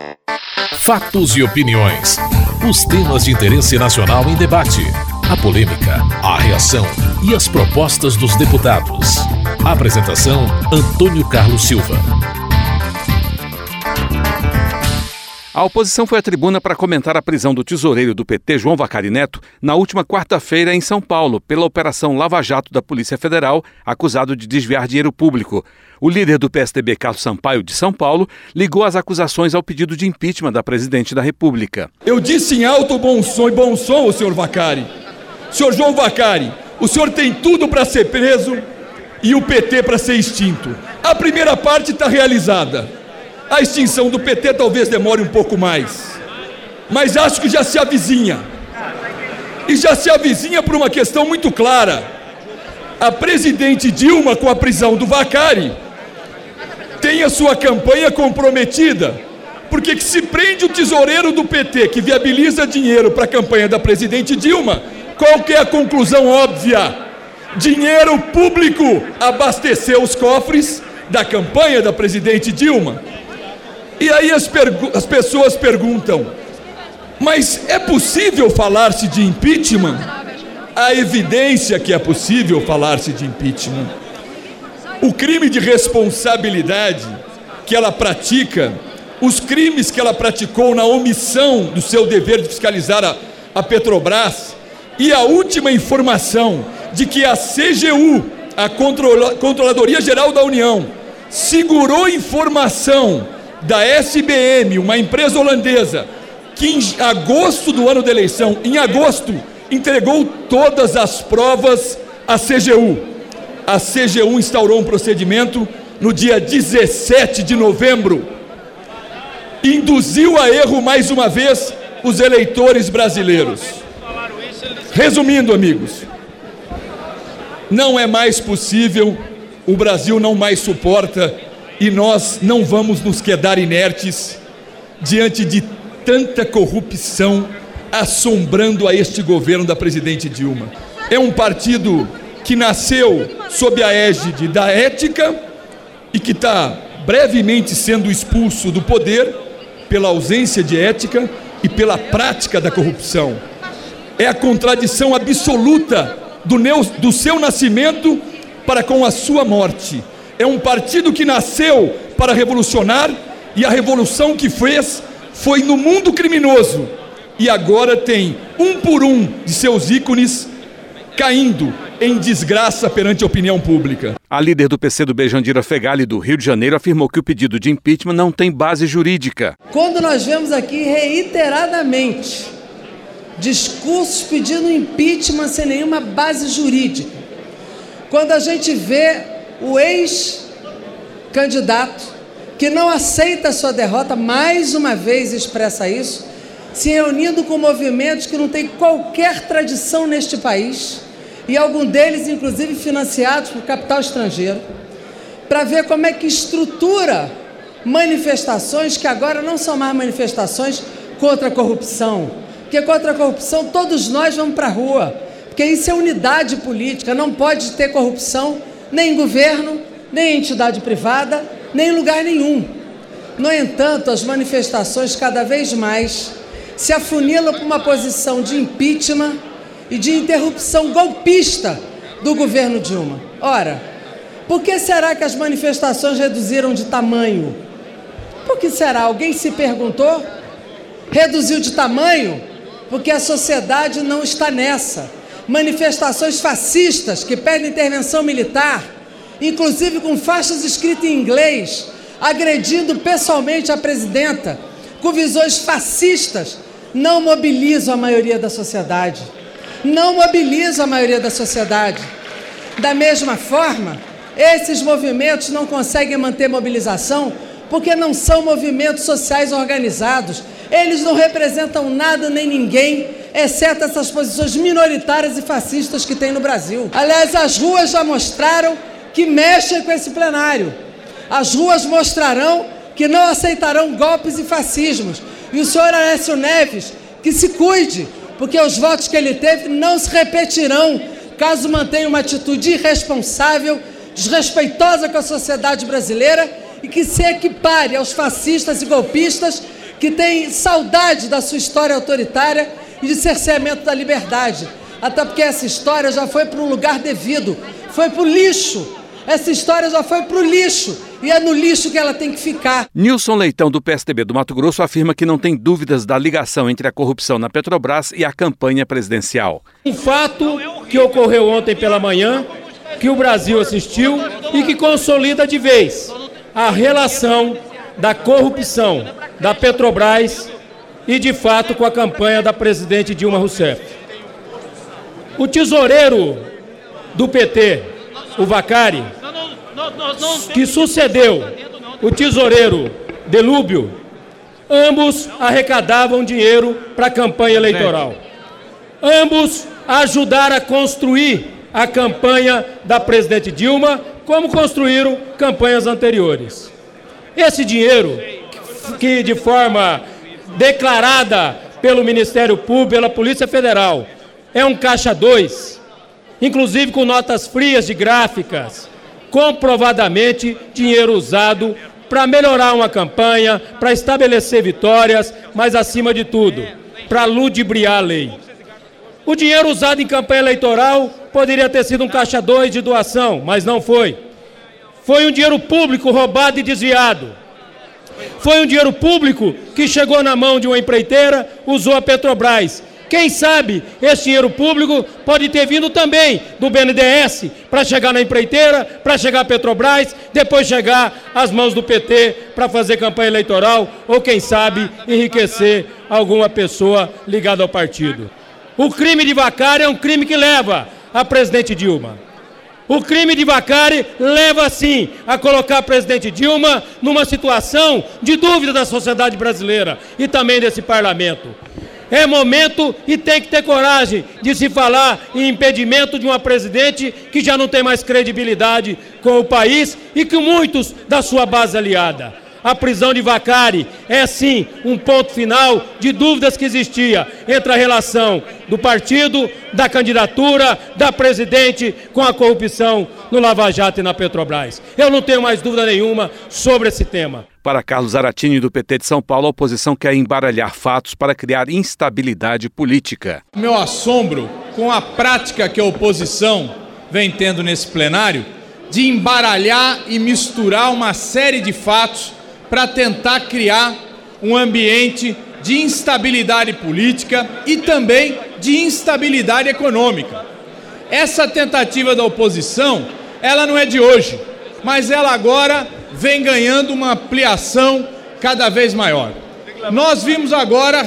Fatos e opiniões. Os temas de interesse nacional em debate. A polêmica, a reação e as propostas dos deputados. Apresentação: Antônio Carlos Silva. A oposição foi à tribuna para comentar a prisão do tesoureiro do PT, João Vacari Neto, na última quarta-feira em São Paulo, pela Operação Lava Jato da Polícia Federal, acusado de desviar dinheiro público. O líder do PSDB, Carlos Sampaio, de São Paulo, ligou as acusações ao pedido de impeachment da presidente da República. Eu disse em alto bom som, o senhor Vacari. Senhor João Vacari, o senhor tem tudo para ser preso e o PT para ser extinto. A primeira parte está realizada. A extinção do PT talvez demore um pouco mais, mas acho que já se avizinha. E já se avizinha por uma questão muito clara. A presidente Dilma, com a prisão do Vacari, tem a sua campanha comprometida, porque que se prende o tesoureiro do PT, que viabiliza dinheiro para a campanha da presidente Dilma, qual que é a conclusão óbvia? Dinheiro público abasteceu os cofres da campanha da presidente Dilma. E aí as pessoas perguntam, mas é possível falar-se de impeachment? A evidência que é possível falar-se de impeachment. O crime de responsabilidade que ela pratica, os crimes que ela praticou na omissão do seu dever de fiscalizar a Petrobras, e a última informação de que a CGU, a Controladoria Geral da União, segurou informação da SBM, uma empresa holandesa, que em agosto do ano da eleição, em agosto, entregou todas as provas à CGU. A CGU instaurou um procedimento no dia 17 de novembro. Induziu a erro mais uma vez os eleitores brasileiros. Resumindo, amigos, não é mais possível, o Brasil não mais suporta, e nós não vamos nos quedar inertes diante de tanta corrupção assombrando a este governo da presidente Dilma. É um partido que nasceu sob a égide da ética e que está brevemente sendo expulso do poder pela ausência de ética e pela prática da corrupção. É a contradição absoluta do seu nascimento para com a sua morte. É um partido que nasceu para revolucionar e a revolução que fez foi no mundo criminoso. E agora tem um por um de seus ícones caindo em desgraça perante a opinião pública. A líder do PCdoB, Jandira Fegali, do Rio de Janeiro, afirmou que o pedido de impeachment não tem base jurídica. Quando nós vemos aqui reiteradamente discursos pedindo impeachment sem nenhuma base jurídica, quando a gente vê o ex-candidato, que não aceita a sua derrota, mais uma vez expressa isso, se reunindo com movimentos que não têm qualquer tradição neste país, e algum deles, inclusive, financiados por capital estrangeiro, para ver como é que estrutura manifestações que agora não são mais manifestações contra a corrupção, porque contra a corrupção todos nós vamos para a rua, porque isso é unidade política, não pode ter corrupção nem em governo, nem em entidade privada, nem em lugar nenhum. No entanto, as manifestações cada vez mais se afunilam para uma posição de impeachment e de interrupção golpista do governo Dilma. Ora, por que será que as manifestações reduziram de tamanho? Por que será? Alguém se perguntou? Reduziu de tamanho porque a sociedade não está nessa. Manifestações fascistas que pedem intervenção militar, inclusive com faixas escritas em inglês, agredindo pessoalmente a presidenta, com visões fascistas, não mobilizam a maioria da sociedade. Não mobilizam a maioria da sociedade. Da mesma forma, esses movimentos não conseguem manter mobilização porque não são movimentos sociais organizados. Eles não representam nada nem ninguém, exceto essas posições minoritárias e fascistas que tem no Brasil. Aliás, as ruas já mostraram que mexem com esse plenário. As ruas mostrarão que não aceitarão golpes e fascismos. E o senhor Aécio Neves, que se cuide, porque os votos que ele teve não se repetirão caso mantenha uma atitude irresponsável, desrespeitosa com a sociedade brasileira e que se equipare aos fascistas e golpistas que tem saudade da sua história autoritária e de cerceamento da liberdade. Até porque essa história já foi para um lugar devido, foi para o lixo. Essa história já foi para o lixo e é no lixo que ela tem que ficar. Nilson Leitão, do PSDB do Mato Grosso, afirma que não tem dúvidas da ligação entre a corrupção na Petrobras e a campanha presidencial. Um fato que ocorreu ontem pela manhã, que o Brasil assistiu e que consolida de vez a relação da corrupção da Petrobras e, de fato, com a campanha da presidente Dilma Rousseff. O tesoureiro do PT, o Vacari, que sucedeu o tesoureiro Delúbio, ambos arrecadavam dinheiro para a campanha eleitoral. Ambos ajudaram a construir a campanha da presidente Dilma, como construíram campanhas anteriores. Esse dinheiro, que de forma declarada pelo Ministério Público, pela Polícia Federal, é um caixa 2, inclusive com notas frias de gráficas, comprovadamente dinheiro usado para melhorar uma campanha, para estabelecer vitórias, mas acima de tudo, para ludibriar a lei. O dinheiro usado em campanha eleitoral poderia ter sido um caixa 2 de doação, mas não foi. Foi um dinheiro público roubado e desviado. Foi um dinheiro público que chegou na mão de uma empreiteira, usou a Petrobras. Quem sabe esse dinheiro público pode ter vindo também do BNDES para chegar na empreiteira, para chegar à Petrobras, depois chegar às mãos do PT para fazer campanha eleitoral ou, quem sabe, enriquecer alguma pessoa ligada ao partido. O crime de Vacari é um crime que leva a presidente Dilma. O crime de Vacari leva, sim, a colocar a presidente Dilma numa situação de dúvida da sociedade brasileira e também desse parlamento. É momento e tem que ter coragem de se falar em impedimento de uma presidente que já não tem mais credibilidade com o país e com muitos da sua base aliada. A prisão de Vacari é, sim, um ponto final de dúvidas que existia entre a relação do partido, da candidatura, da presidente com a corrupção no Lava Jato e na Petrobras. Eu não tenho mais dúvida nenhuma sobre esse tema. Para Carlos Zaratini, do PT de São Paulo, a oposição quer embaralhar fatos para criar instabilidade política. Meu assombro com a prática que a oposição vem tendo nesse plenário de embaralhar e misturar uma série de fatos para tentar criar um ambiente de instabilidade política e também de instabilidade econômica. Essa tentativa da oposição, ela não é de hoje, mas ela agora vem ganhando uma ampliação cada vez maior. Nós vimos agora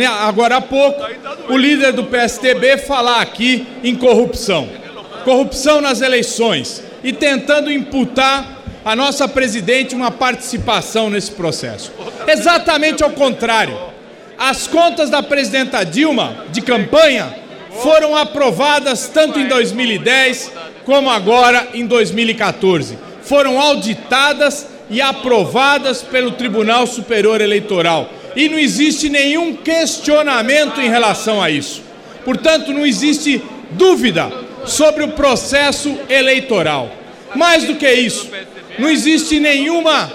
há pouco, o líder do PSDB falar aqui em corrupção. Corrupção nas eleições e tentando imputar a nossa presidente uma participação nesse processo. Exatamente ao contrário. As contas da presidenta Dilma, de campanha, foram aprovadas tanto em 2010 como agora em 2014. Foram auditadas e aprovadas pelo Tribunal Superior Eleitoral. E não existe nenhum questionamento em relação a isso. Portanto, não existe dúvida sobre o processo eleitoral. Mais do que isso, não existe nenhuma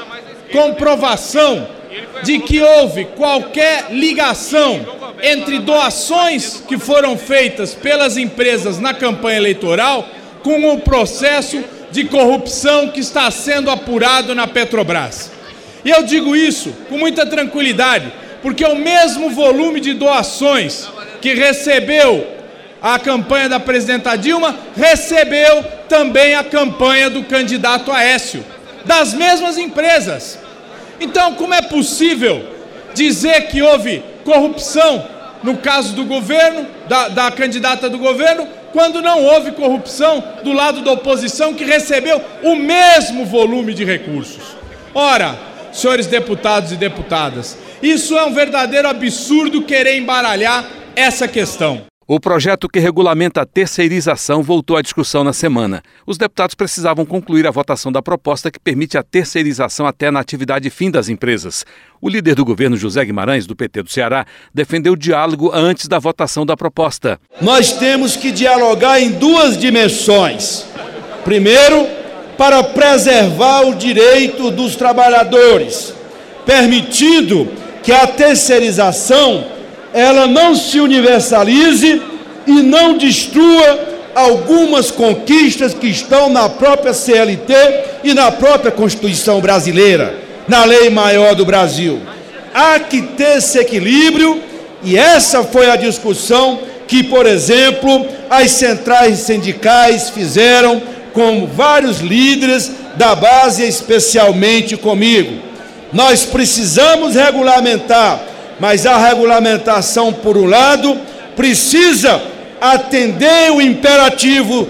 comprovação de que houve qualquer ligação entre doações que foram feitas pelas empresas na campanha eleitoral com o processo de corrupção que está sendo apurado na Petrobras. E eu digo isso com muita tranquilidade, porque o mesmo volume de doações que recebeu a campanha da presidenta Dilma, recebeu também a campanha do candidato Aécio, das mesmas empresas. Então, como é possível dizer que houve corrupção no caso do governo, da candidata do governo, quando não houve corrupção do lado da oposição que recebeu o mesmo volume de recursos? Ora, senhores deputados e deputadas, isso é um verdadeiro absurdo querer embaralhar essa questão. O projeto que regulamenta a terceirização voltou à discussão na semana. Os deputados precisavam concluir a votação da proposta que permite a terceirização até na atividade fim das empresas. O líder do governo, José Guimarães, do PT do Ceará, defendeu o diálogo antes da votação da proposta. Nós temos que dialogar em duas dimensões. Primeiro, para preservar o direito dos trabalhadores, permitindo que a terceirização ela não se universalize e não destrua algumas conquistas que estão na própria CLT e na própria Constituição brasileira, na Lei Maior do Brasil. Há que ter esse equilíbrio, e essa foi a discussão que, por exemplo, as centrais sindicais fizeram com vários líderes da base, especialmente comigo. Nós precisamos regulamentar, mas a regulamentação, por um lado, precisa atender o imperativo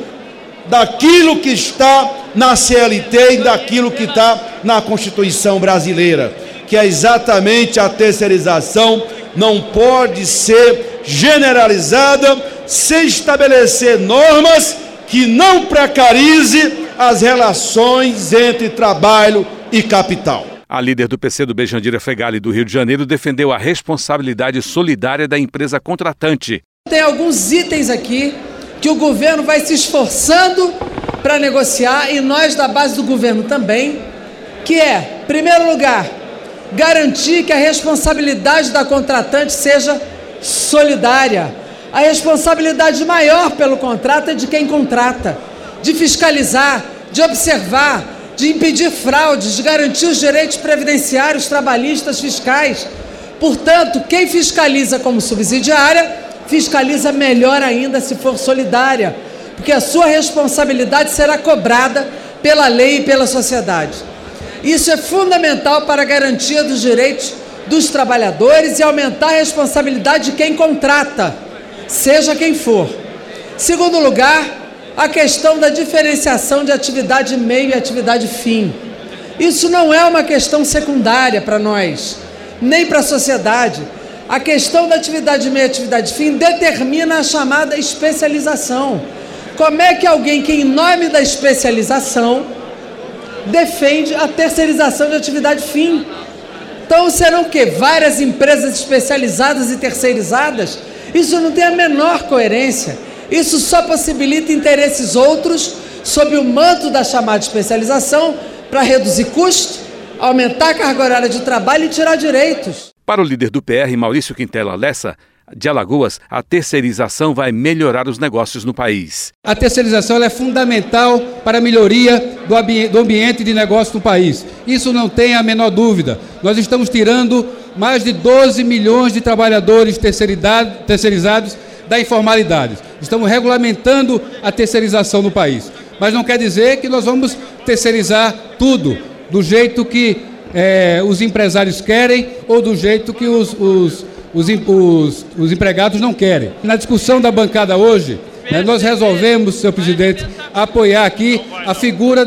daquilo que está na CLT e daquilo que está na Constituição brasileira, que é exatamente a terceirização não pode ser generalizada sem estabelecer normas que não precarize as relações entre trabalho e capital. A líder do PCdoB, Jandira Fegali, do Rio de Janeiro, defendeu a responsabilidade solidária da empresa contratante. Tem alguns itens aqui que o governo vai se esforçando para negociar, e nós da base do governo também, que é, em primeiro lugar, garantir que a responsabilidade da contratante seja solidária. A responsabilidade maior pelo contrato é de quem contrata, de fiscalizar, de observar, de impedir fraudes, de garantir os direitos previdenciários, trabalhistas, fiscais. Portanto, quem fiscaliza como subsidiária, fiscaliza melhor ainda se for solidária, porque a sua responsabilidade será cobrada pela lei e pela sociedade. Isso é fundamental para a garantia dos direitos dos trabalhadores e aumentar a responsabilidade de quem contrata, seja quem for. Segundo lugar, a questão da diferenciação de atividade meio e atividade fim. Isso não é uma questão secundária para nós, nem para a sociedade. A questão da atividade meio e atividade fim determina a chamada especialização. Como é que alguém que, em nome da especialização, defende a terceirização de atividade fim? Então serão o quê? Várias empresas especializadas e terceirizadas? Isso não tem a menor coerência. Isso só possibilita interesses outros sob o manto da chamada especialização para reduzir custo, aumentar a carga horária de trabalho e tirar direitos. Para o líder do PR, Maurício Quintela Lessa, de Alagoas, a terceirização vai melhorar os negócios no país. A terceirização ela é fundamental para a melhoria do ambiente de negócio no país. Isso não tem a menor dúvida. Nós estamos tirando mais de 12 milhões de trabalhadores terceirizados da informalidade. Estamos regulamentando a terceirização no país. Mas não quer dizer que nós vamos terceirizar tudo do jeito que os empresários querem ou do jeito que os empregados não querem. Na discussão da bancada hoje, nós resolvemos, senhor presidente, apoiar aqui a figura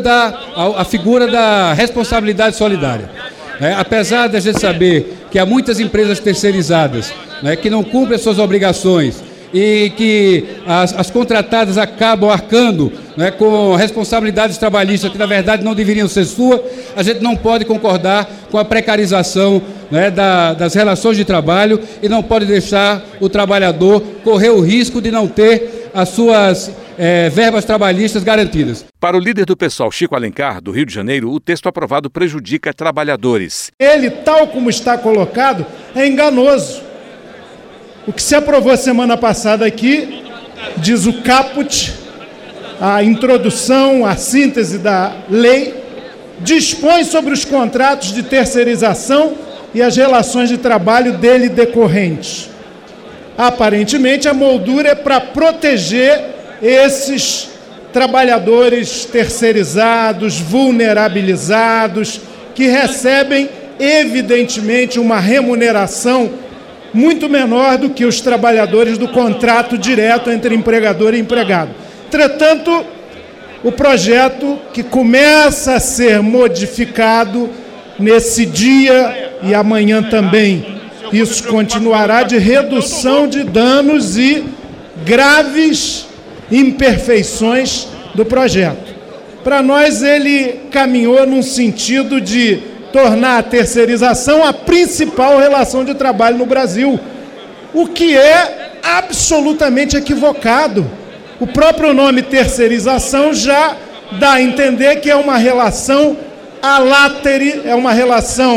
da responsabilidade solidária. Apesar de a gente saber que há muitas empresas terceirizadas que não cumprem as suas obrigações e que as contratadas acabam arcando com responsabilidades trabalhistas que, na verdade, não deveriam ser suas, a gente não pode concordar com a precarização das relações de trabalho e não pode deixar o trabalhador correr o risco de não ter as suas verbas trabalhistas garantidas. Para o líder do PSOL, Chico Alencar, do Rio de Janeiro, o texto aprovado prejudica trabalhadores. Ele, tal como está colocado, é enganoso. O que se aprovou semana passada aqui, diz o caput, a introdução, a síntese da lei, dispõe sobre os contratos de terceirização e as relações de trabalho dele decorrentes. Aparentemente, a moldura é para proteger esses trabalhadores terceirizados, vulnerabilizados, que recebem, evidentemente, uma remuneração muito menor do que os trabalhadores do contrato direto entre empregador e empregado. Entretanto, o projeto que começa a ser modificado nesse dia e amanhã também, isso continuará, de redução de danos e graves imperfeições do projeto. Para nós, ele caminhou num sentido de tornar a terceirização a principal relação de trabalho no Brasil, o que é absolutamente equivocado. O próprio nome terceirização já dá a entender que é uma relação a latere, é uma relação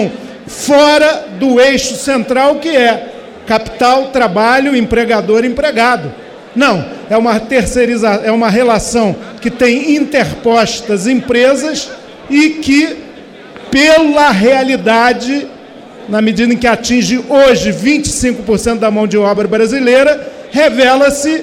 fora do eixo central, que é capital, trabalho, empregador, empregado. Não, é uma terceirização, é uma relação que tem interpostas empresas e que, pela realidade, na medida em que atinge hoje 25% da mão de obra brasileira, revela-se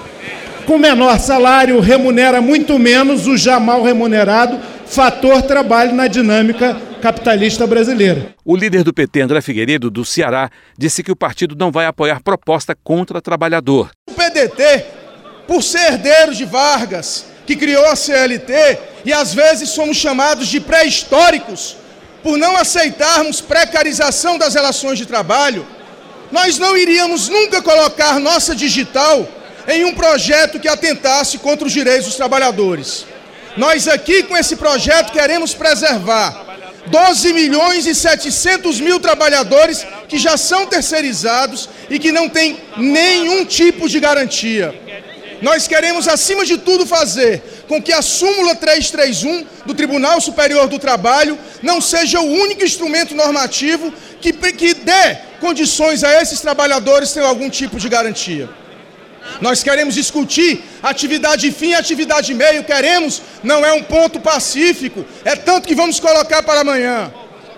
com menor salário, remunera muito menos o já mal remunerado fator trabalho na dinâmica capitalista brasileira. O líder do PT, André Figueiredo, do Ceará, disse que o partido não vai apoiar proposta contra trabalhador. O PDT, por ser herdeiro de Vargas, que criou a CLT, e às vezes somos chamados de pré-históricos, por não aceitarmos precarização das relações de trabalho, nós não iríamos nunca colocar nossa digital em um projeto que atentasse contra os direitos dos trabalhadores. Nós aqui, com esse projeto, queremos preservar 12 milhões e 700 mil trabalhadores que já são terceirizados e que não têm nenhum tipo de garantia. Nós queremos, acima de tudo, fazer com que a súmula 331 do Tribunal Superior do Trabalho não seja o único instrumento normativo que dê condições a esses trabalhadores terem algum tipo de garantia. Nós queremos discutir atividade fim e atividade meio, não é um ponto pacífico, é tanto que vamos colocar para amanhã.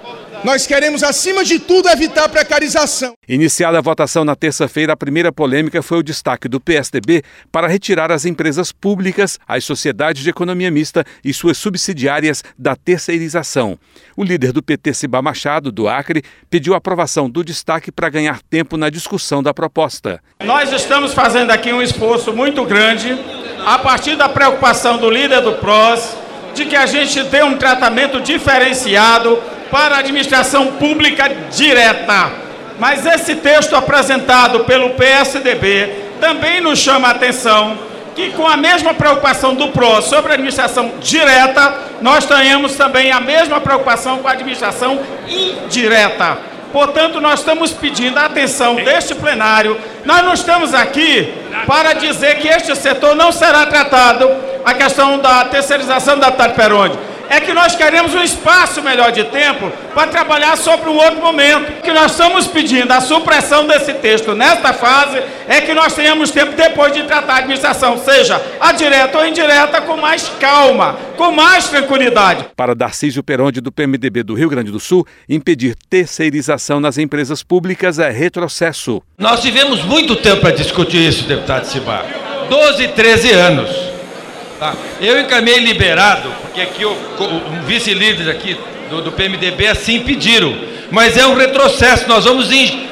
Nós queremos, acima de tudo, evitar a precarização. Iniciada a votação na terça-feira, a primeira polêmica foi o destaque do PSDB para retirar as empresas públicas, as sociedades de economia mista e suas subsidiárias da terceirização. O líder do PT, Cibá Machado, do Acre, pediu a aprovação do destaque para ganhar tempo na discussão da proposta. Nós estamos fazendo aqui um esforço muito grande, a partir da preocupação do líder do PROS, de que a gente dê um tratamento diferenciado para a administração pública direta. Mas esse texto apresentado pelo PSDB também nos chama a atenção que, com a mesma preocupação do PROS sobre a administração direta, nós tenhamos também a mesma preocupação com a administração indireta. Portanto, nós estamos pedindo a atenção deste plenário. Nós não estamos aqui para dizer que este setor não será tratado, a questão da terceirização da Tati Peroni. É que nós queremos um espaço melhor de tempo para trabalhar sobre um outro momento. O que nós estamos pedindo, a supressão desse texto nesta fase, é que nós tenhamos tempo depois de tratar a administração, seja a direta ou indireta, com mais calma, com mais tranquilidade. Para Darcísio Peronde, do PMDB do Rio Grande do Sul, impedir terceirização nas empresas públicas é retrocesso. Nós tivemos muito tempo para discutir isso, deputado Cibá. 12, 13 anos. Eu encaminhei liberado, porque aqui o vice-líder aqui do PMDB assim pediram, mas é um retrocesso. Nós vamos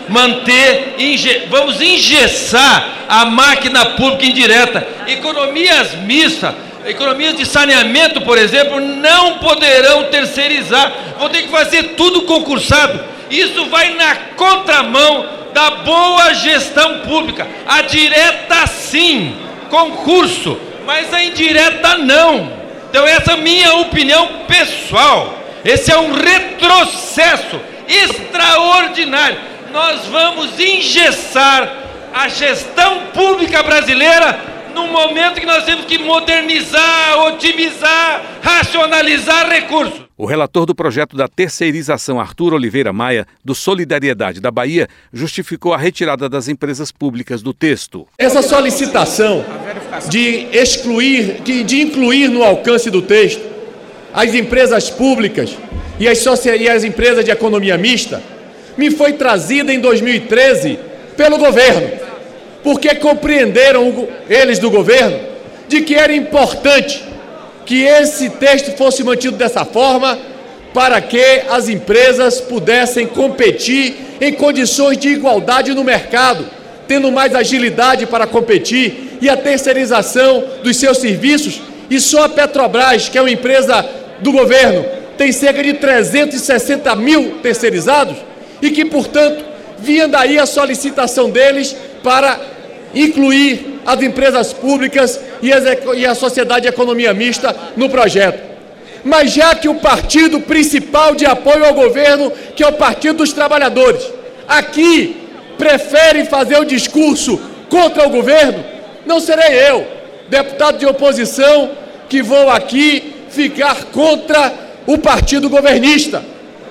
vamos engessar a máquina pública indireta. Economias mistas, economias de saneamento, por exemplo, não poderão terceirizar, vão ter que fazer tudo concursado. Isso vai na contramão da boa gestão pública. A direta sim, concurso, mas a indireta não. Então essa é a minha opinião pessoal. Esse é um retrocesso extraordinário. Nós vamos engessar a gestão pública brasileira num momento que nós temos que modernizar, otimizar, racionalizar recursos. O relator do projeto da terceirização, Arthur Oliveira Maia, do Solidariedade da Bahia, justificou a retirada das empresas públicas do texto. Essa solicitação de incluir no alcance do texto as empresas públicas e as empresas de economia mista me foi trazida em 2013 pelo governo, porque compreenderam eles do governo de que era importante que esse texto fosse mantido dessa forma para que as empresas pudessem competir em condições de igualdade no mercado, tendo mais agilidade para competir, e a terceirização dos seus serviços. E só a Petrobras, que é uma empresa do governo, tem cerca de 360 mil terceirizados e que, portanto, vinha daí a solicitação deles para incluir as empresas públicas e a sociedade de economia mista no projeto. Mas já que o partido principal de apoio ao governo, que é o Partido dos Trabalhadores, aqui prefere fazer o discurso contra o governo, não serei eu, deputado de oposição, que vou aqui ficar contra o partido governista.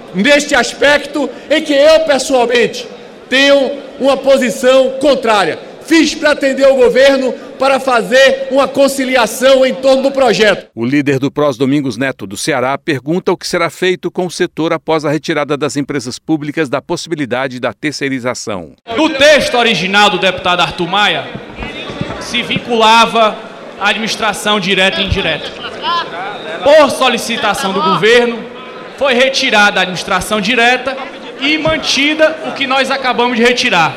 neste aspecto em que eu, pessoalmente, tenho uma posição contrária. Fiz para atender o governo para fazer uma conciliação em torno do projeto. O líder do PROS, Domingos Neto, do Ceará, pergunta o que será feito com o setor após a retirada das empresas públicas da possibilidade da terceirização. No texto original do deputado Arthur Maia, se vinculava à administração direta e indireta. Por solicitação do governo, foi retirada a administração direta e mantida o que nós acabamos de retirar.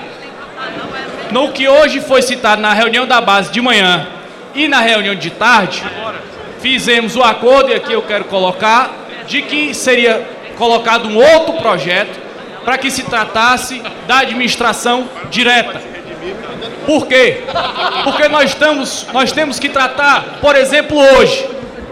No que hoje foi citado na reunião da base de manhã e na reunião de tarde, fizemos o acordo, e aqui eu quero colocar, de que seria colocado um outro projeto para que se tratasse da administração direta. Por quê? Porque nós temos que tratar, por exemplo, hoje,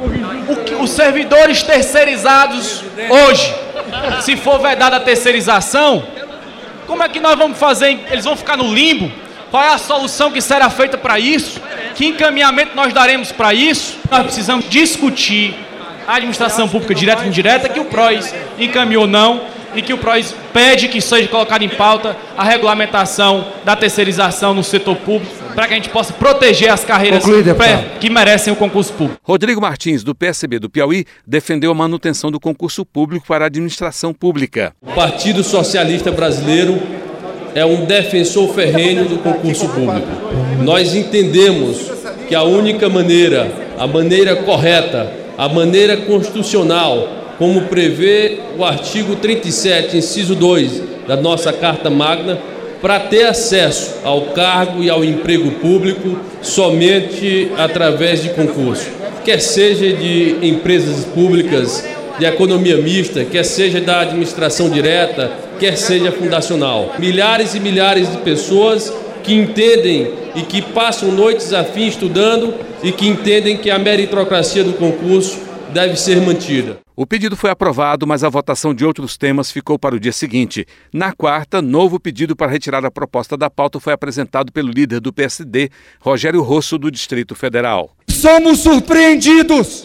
os servidores terceirizados hoje. Se for vedada a terceirização, como é que nós vamos fazer? Eles vão ficar no limbo? Qual é a solução que será feita para isso? Que encaminhamento nós daremos para isso? Nós precisamos discutir a administração pública direta e indireta, que o PROS encaminhou não, e que o PROS pede que seja colocada em pauta a regulamentação da terceirização no setor público, para que a gente possa proteger as carreiras que merecem o concurso público. Rodrigo Martins, do PSB do Piauí, defendeu a manutenção do concurso público para a administração pública. O Partido Socialista Brasileiro é um defensor ferrenho do concurso público. Nós entendemos que a única maneira, a maneira correta, a maneira constitucional, como prevê o artigo 37, inciso 2 da nossa Carta Magna, para ter acesso ao cargo e ao emprego público somente através de concurso, quer seja de empresas públicas, de economia mista, quer seja da administração direta, quer seja fundacional. Milhares e milhares de pessoas que entendem e que passam noites a fim estudando e que entendem que a meritocracia do concurso deve ser mantida. O pedido foi aprovado, mas a votação de outros temas ficou para o dia seguinte. Na quarta, novo pedido para retirar a proposta da pauta foi apresentado pelo líder do PSD, Rogério Rosso, do Distrito Federal. Somos surpreendidos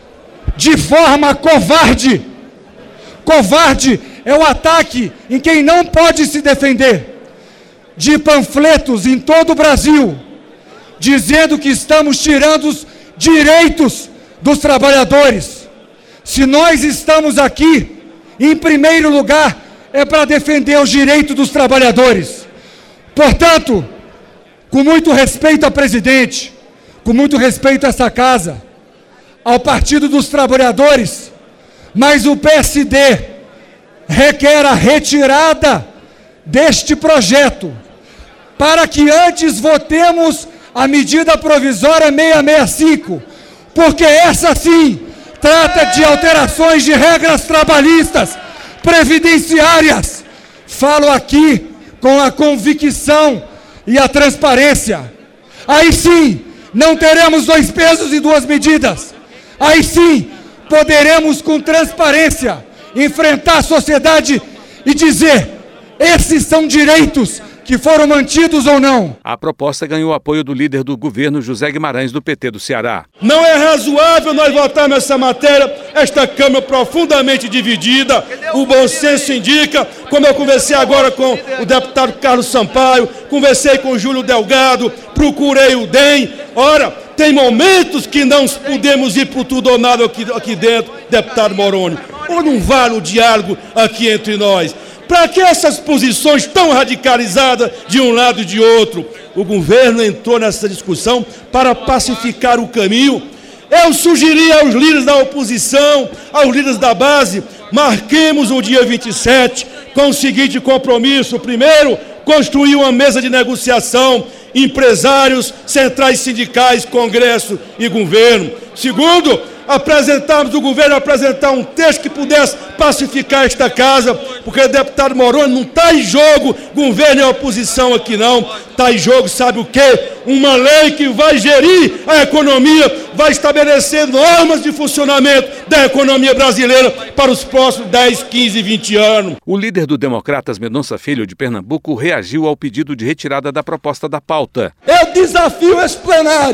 de forma covarde. Covarde é o ataque em quem não pode se defender. De panfletos em todo o Brasil, dizendo que estamos tirando os direitos dos trabalhadores. Se nós estamos aqui, em primeiro lugar, é para defender os direitos dos trabalhadores. Portanto, com muito respeito ao presidente, com muito respeito a essa casa, ao Partido dos Trabalhadores, mas o PSD requer a retirada deste projeto, para que antes votemos a medida provisória 665, porque essa sim trata de alterações de regras trabalhistas, previdenciárias. Falo aqui com a convicção e a transparência. Aí sim, não teremos 2 pesos e 2 medidas. Aí sim, poderemos com transparência enfrentar a sociedade e dizer: esses são direitos que foram mantidos ou não. A proposta ganhou apoio do líder do governo, José Guimarães, do PT do Ceará. Não é razoável nós votarmos essa matéria, esta Câmara profundamente dividida. O bom senso indica, como eu conversei agora com o deputado Carlos Sampaio, conversei com o Júlio Delgado, procurei o DEM. Ora, tem momentos que não podemos ir por tudo ou nada aqui dentro, deputado Moroni. Ou não vale o diálogo aqui entre nós? Para que essas posições tão radicalizadas de um lado e de outro? O governo entrou nessa discussão para pacificar o caminho. Eu sugeri aos líderes da oposição, aos líderes da base, marquemos o dia 27 com o seguinte compromisso: primeiro, construir uma mesa de negociação, empresários, centrais sindicais, Congresso e governo. Segundo, o governo apresentar um texto que pudesse pacificar esta casa, porque o deputado Moroni, não está em jogo governo e oposição aqui não, está em jogo, sabe o quê? Uma lei que vai gerir a economia, vai estabelecer normas de funcionamento da economia brasileira para os próximos 10, 15, 20 anos. O líder do Democratas, Mendonça Filho, de Pernambuco, reagiu ao pedido de retirada da proposta da pauta. Eu desafio esse plenário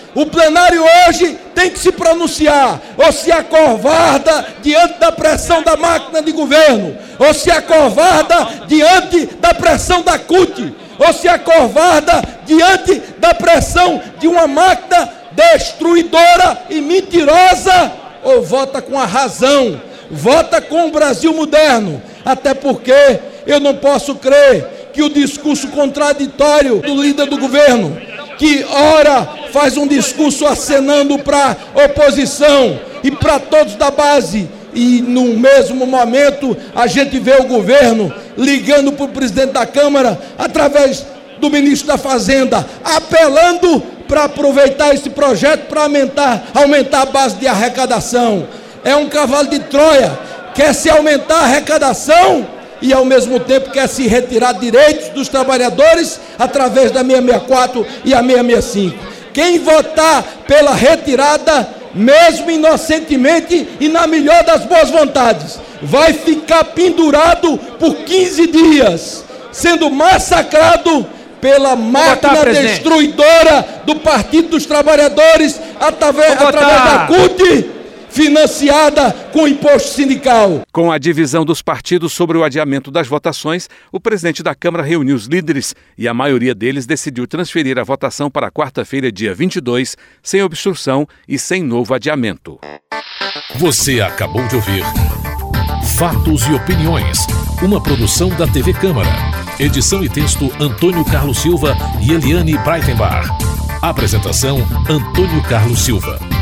O plenário hoje tem que se pronunciar, ou se acovarda diante da pressão da máquina de governo, ou se acovarda diante da pressão da CUT, ou se acovarda diante da pressão de uma máquina destruidora e mentirosa, ou vota com a razão, vota com o Brasil moderno. Até porque eu não posso crer que o discurso contraditório do líder do governo, que ora faz um discurso acenando para a oposição e para todos da base, e no mesmo momento a gente vê o governo ligando para o presidente da Câmara, através do ministro da Fazenda, apelando para aproveitar esse projeto para aumentar a base de arrecadação. É um cavalo de Troia, quer se aumentar a arrecadação e ao mesmo tempo quer se retirar direitos dos trabalhadores através da 664 e a 665. Quem votar pela retirada, mesmo inocentemente e na melhor das boas vontades, vai ficar pendurado por 15 dias, sendo massacrado pela máquina destruidora do Partido dos Trabalhadores, através da CUT, financiada com imposto sindical. Com a divisão dos partidos sobre o adiamento das votações, o presidente da Câmara reuniu os líderes e a maioria deles decidiu transferir a votação para quarta-feira, dia 22, sem obstrução e sem novo adiamento. Você acabou de ouvir Fatos e Opiniões, uma produção da TV Câmara. Edição e texto Antônio Carlos Silva e Eliane Breitenbach. Apresentação Antônio Carlos Silva.